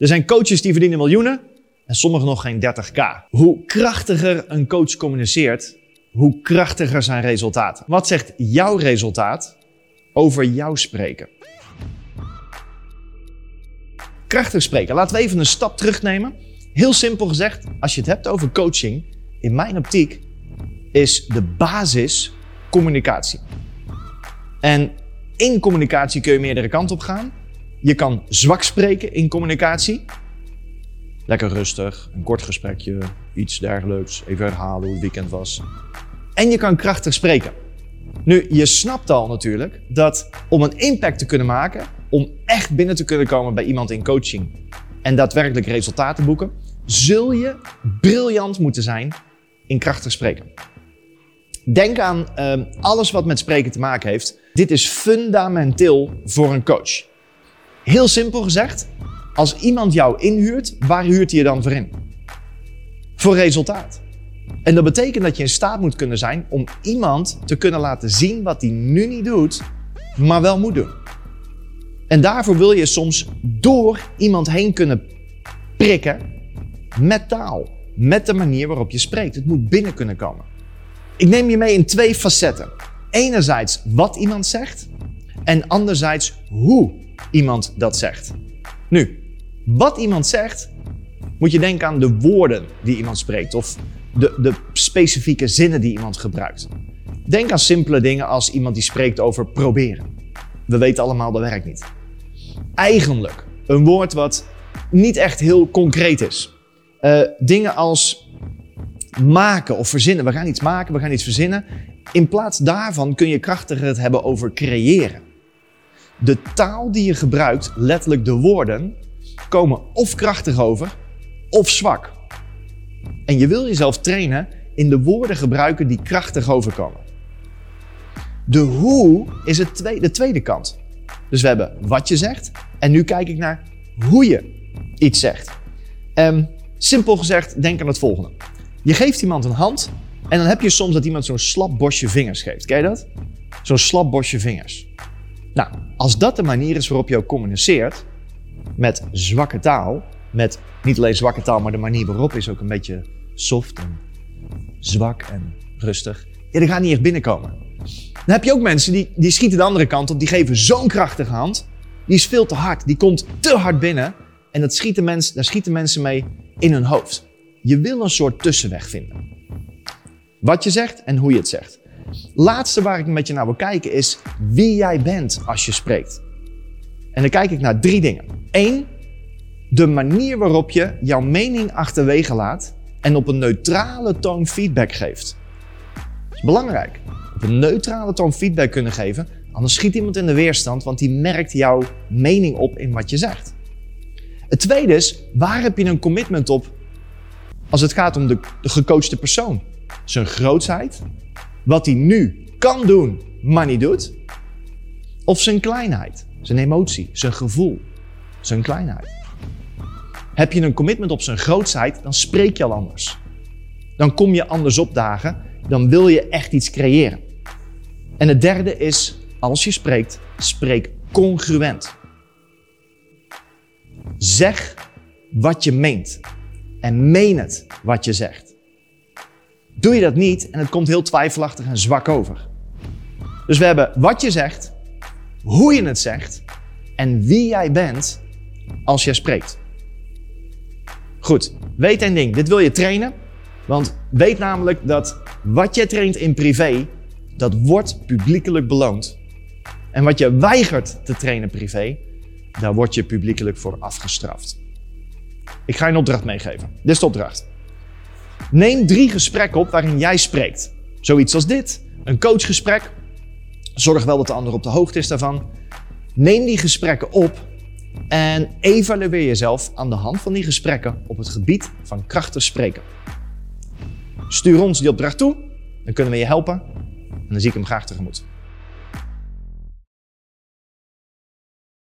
Er zijn coaches die verdienen miljoenen en sommigen nog geen 30k. Hoe krachtiger een coach communiceert, hoe krachtiger zijn resultaten. Wat zegt jouw resultaat over jouw spreken? Krachtig spreken. Laten we even een stap terugnemen. Heel simpel gezegd, als je het hebt over coaching, in mijn optiek is de basis communicatie. En in communicatie kun je meerdere kanten op gaan. Je kan zwak spreken in communicatie. Lekker rustig, een kort gesprekje, iets dergelijks, even herhalen hoe het weekend was. En je kan krachtig spreken. Nu, je snapt al natuurlijk dat om een impact te kunnen maken, om echt binnen te kunnen komen bij iemand in coaching en daadwerkelijk resultaten boeken, zul je briljant moeten zijn in krachtig spreken. Denk aan alles wat met spreken te maken heeft. Dit is fundamenteel voor een coach. Heel simpel gezegd, als iemand jou inhuurt, waar huurt hij je dan voor in? Voor resultaat. En dat betekent dat je in staat moet kunnen zijn om iemand te kunnen laten zien wat hij nu niet doet, maar wel moet doen. En daarvoor wil je soms door iemand heen kunnen prikken met taal, met de manier waarop je spreekt. Het moet binnen kunnen komen. Ik neem je mee in 2 facetten. Enerzijds wat iemand zegt en anderzijds hoe iemand dat zegt. Nu, wat iemand zegt, moet je denken aan de woorden die iemand spreekt of de specifieke zinnen die iemand gebruikt. Denk aan simpele dingen als iemand die spreekt over proberen. We weten allemaal dat werkt niet. Eigenlijk een woord wat niet echt heel concreet is. Dingen als maken of verzinnen. We gaan iets maken, we gaan iets verzinnen. In plaats daarvan kun je krachtiger het hebben over creëren. De taal die je gebruikt, letterlijk de woorden, komen of krachtig over of zwak. En je wil jezelf trainen in de woorden gebruiken die krachtig overkomen. De hoe is de tweede kant. Dus we hebben wat je zegt en nu kijk ik naar hoe je iets zegt. Simpel gezegd, denk aan het volgende. Je geeft iemand een hand en dan heb je soms dat iemand zo'n slap bosje vingers geeft. Ken je dat? Zo'n slap bosje vingers. Nou, als dat de manier is waarop je ook communiceert met zwakke taal, met niet alleen zwakke taal, maar de manier waarop is ook een beetje soft en zwak en rustig. Ja, dat gaat niet echt binnenkomen. Dan heb je ook mensen die schieten de andere kant op, die geven zo'n krachtige hand. Die is veel te hard, die komt te hard binnen en daar schieten mensen mee in hun hoofd. Je wil een soort tussenweg vinden. Wat je zegt en hoe je het zegt. Laatste waar ik met je naar wil kijken is wie jij bent als je spreekt. En dan kijk ik naar 3 dingen. 1. De manier waarop je jouw mening achterwege laat en op een neutrale toon feedback geeft. Dat is belangrijk. Op een neutrale toon feedback kunnen geven, anders schiet iemand in de weerstand, want die merkt jouw mening op in wat je zegt. Het tweede is, waar heb je een commitment op als het gaat om de gecoachte persoon? Zijn grootsheid, wat hij nu kan doen, maar niet doet, of zijn kleinheid, zijn emotie, zijn gevoel, zijn kleinheid. Heb je een commitment op zijn grootsheid, dan spreek je al anders. Dan kom je anders opdagen, dan wil je echt iets creëren. En het derde is, als je spreekt, spreek congruent. Zeg wat je meent en meen het wat je zegt. Doe je dat niet en het komt heel twijfelachtig en zwak over. Dus we hebben wat je zegt, hoe je het zegt en wie jij bent als jij spreekt. Goed, weet één ding, dit wil je trainen, want weet namelijk dat wat je traint in privé, dat wordt publiekelijk beloond. En wat je weigert te trainen privé, daar word je publiekelijk voor afgestraft. Ik ga je een opdracht meegeven. Dit is de opdracht. Neem 3 gesprekken op waarin jij spreekt. Zoiets als dit, een coachgesprek. Zorg wel dat de ander op de hoogte is daarvan. Neem die gesprekken op en evalueer jezelf aan de hand van die gesprekken op het gebied van krachtig spreken. Stuur ons die opdracht toe, dan kunnen we je helpen en dan zie ik hem graag tegemoet.